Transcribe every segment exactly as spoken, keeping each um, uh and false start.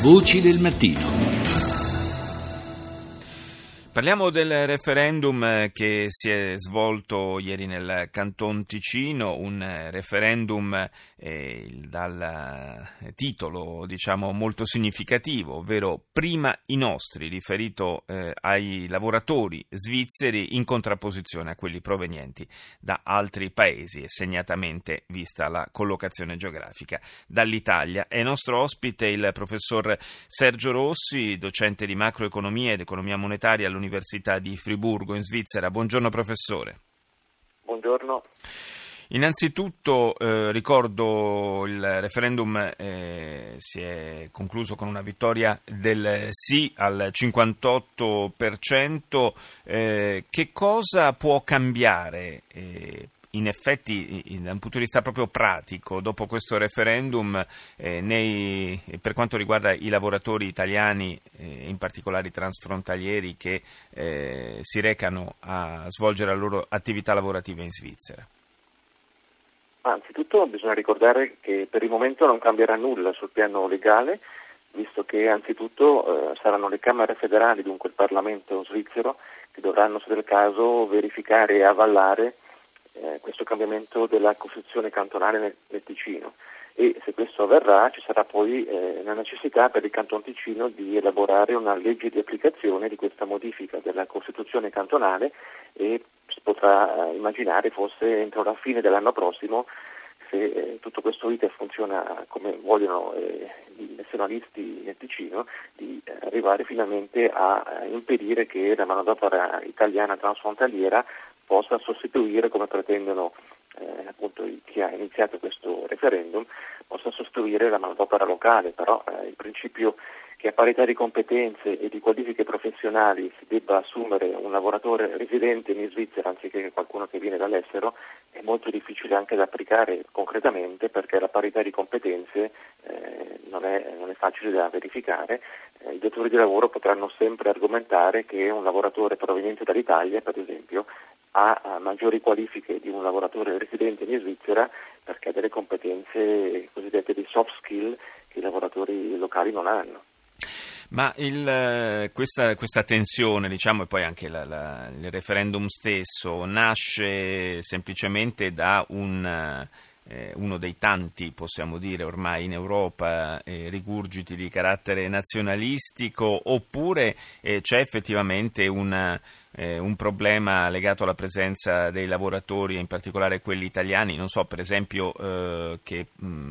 Voci del mattino. Parliamo del referendum che si è svolto ieri nel Canton Ticino, un referendum eh, dal titolo diciamo molto significativo, ovvero Prima i nostri, riferito eh, ai lavoratori svizzeri in contrapposizione a quelli provenienti da altri paesi e segnatamente vista la collocazione geografica dall'Italia. È nostro ospite il professor Sergio Rossi, docente di macroeconomia ed economia monetaria all'Università Università di Friburgo in Svizzera. Buongiorno professore. Buongiorno. Innanzitutto eh, ricordo il referendum eh, si è concluso con una vittoria del sì al cinquantotto per cento. Eh, che cosa può cambiare eh, in effetti da un punto di vista proprio pratico dopo questo referendum eh, nei, per quanto riguarda i lavoratori italiani, eh, in particolare i transfrontalieri che eh, si recano a svolgere la loro attività lavorativa in Svizzera? Anzitutto bisogna ricordare che per il momento non cambierà nulla sul piano legale, visto che anzitutto eh, saranno le Camere federali, dunque il Parlamento svizzero, che dovranno, se del caso, verificare e avvallare Eh, questo cambiamento della Costituzione cantonale nel, nel Ticino, e se questo avverrà ci sarà poi eh, la necessità per il Canton Ticino di elaborare una legge di applicazione di questa modifica della Costituzione cantonale, e si potrà eh, immaginare forse entro la fine dell'anno prossimo, se eh, tutto questo iter funziona come vogliono eh, i nazionalisti nel Ticino, di eh, arrivare finalmente a eh, impedire che la manodopera italiana transfrontaliera possa sostituire, come pretendono eh, appunto chi ha iniziato questo referendum, possa sostituire la manodopera locale. Però eh, il principio che a parità di competenze e di qualifiche professionali si debba assumere un lavoratore residente in Svizzera anziché qualcuno che viene dall'estero è molto difficile anche da applicare concretamente, perché la parità di competenze eh, non, è, non è facile da verificare. Eh, i datori di lavoro potranno sempre argomentare che un lavoratore proveniente dall'Italia, per esempio, ha maggiori qualifiche di un lavoratore residente in Svizzera, perché ha delle competenze cosiddette di soft skill che i lavoratori locali non hanno. Ma il, questa, questa tensione, diciamo, e poi anche la, la, il referendum stesso, nasce semplicemente da un... Eh, uno dei tanti, possiamo dire, ormai in Europa eh, rigurgiti di carattere nazionalistico, oppure eh, c'è effettivamente una, eh, un problema legato alla presenza dei lavoratori, in particolare quelli italiani? Non so, per esempio, eh, che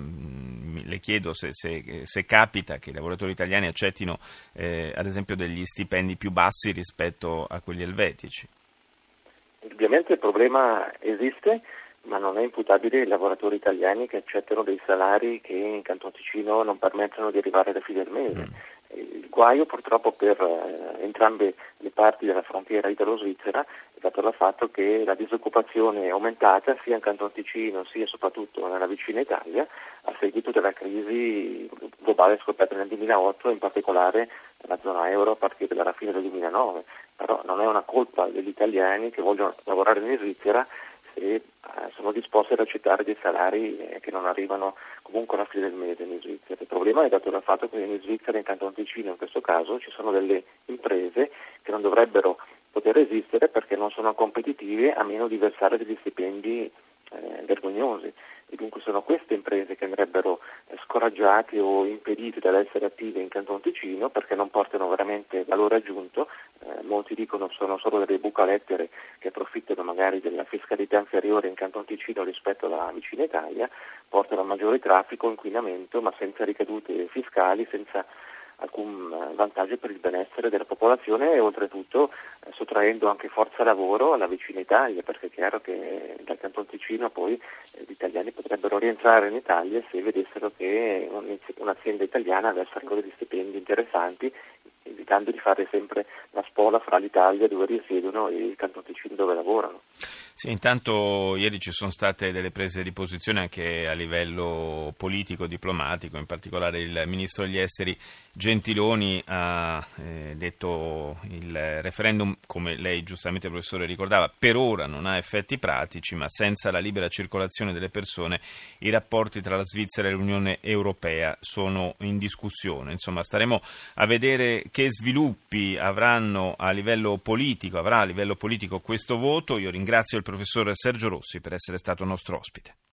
mh, le chiedo se, se, se capita che i lavoratori italiani accettino eh, ad esempio degli stipendi più bassi rispetto a quelli elvetici. Ovviamente il problema esiste, ma non è imputabile ai lavoratori italiani che accettano dei salari che in Canton Ticino non permettono di arrivare alla fine del mese. Mm. Il guaio purtroppo per eh, entrambe le parti della frontiera italo-svizzera è dato dal fatto che la disoccupazione è aumentata sia in Canton Ticino sia soprattutto nella vicina Italia a seguito della crisi globale scoppiata nel duemilaotto, in particolare nella zona euro a partire dalla fine del duemilanove. Però non è una colpa degli italiani che vogliono lavorare in Svizzera se eh, sono disposti ad accettare dei salari eh, che non arrivano comunque alla fine del mese in Svizzera. Il problema è dato dal fatto che in Svizzera, in Canton Ticino in questo caso, ci sono delle imprese che non dovrebbero poter esistere perché non sono competitive a meno di versare degli stipendi eh, vergognosi, e dunque sono queste imprese che andrebbero eh, scoraggiate o impedite dall'essere attive in Canton Ticino perché non portano veramente valore aggiunto. Eh, molti dicono sono solo delle bucalettere che approfittano magari della fiscalità inferiore in Canton Ticino rispetto alla vicina Italia, portano a maggiore traffico, inquinamento, ma senza ricadute fiscali, senza alcun vantaggio per il benessere della popolazione, e oltretutto eh, sottraendo anche forza lavoro alla vicina Italia, perché è chiaro che dal Canton Ticino poi eh, gli italiani potrebbero rientrare in Italia se vedessero che un'azienda italiana versa loro degli stipendi interessanti. Gli cercando di fare sempre la spola fra l'Italia dove risiedono e il Canton Ticino dove lavorano. Sì, intanto ieri ci sono state delle prese di posizione anche a livello politico, diplomatico, in particolare il ministro degli esteri Gentiloni ha eh, detto il referendum, come lei giustamente professore ricordava, per ora non ha effetti pratici, ma senza la libera circolazione delle persone i rapporti tra la Svizzera e l'Unione Europea sono in discussione. Insomma, staremo a vedere che sviluppi avranno a livello politico, avrà a livello politico questo voto. Io ringrazio il professor Sergio Rossi per essere stato nostro ospite.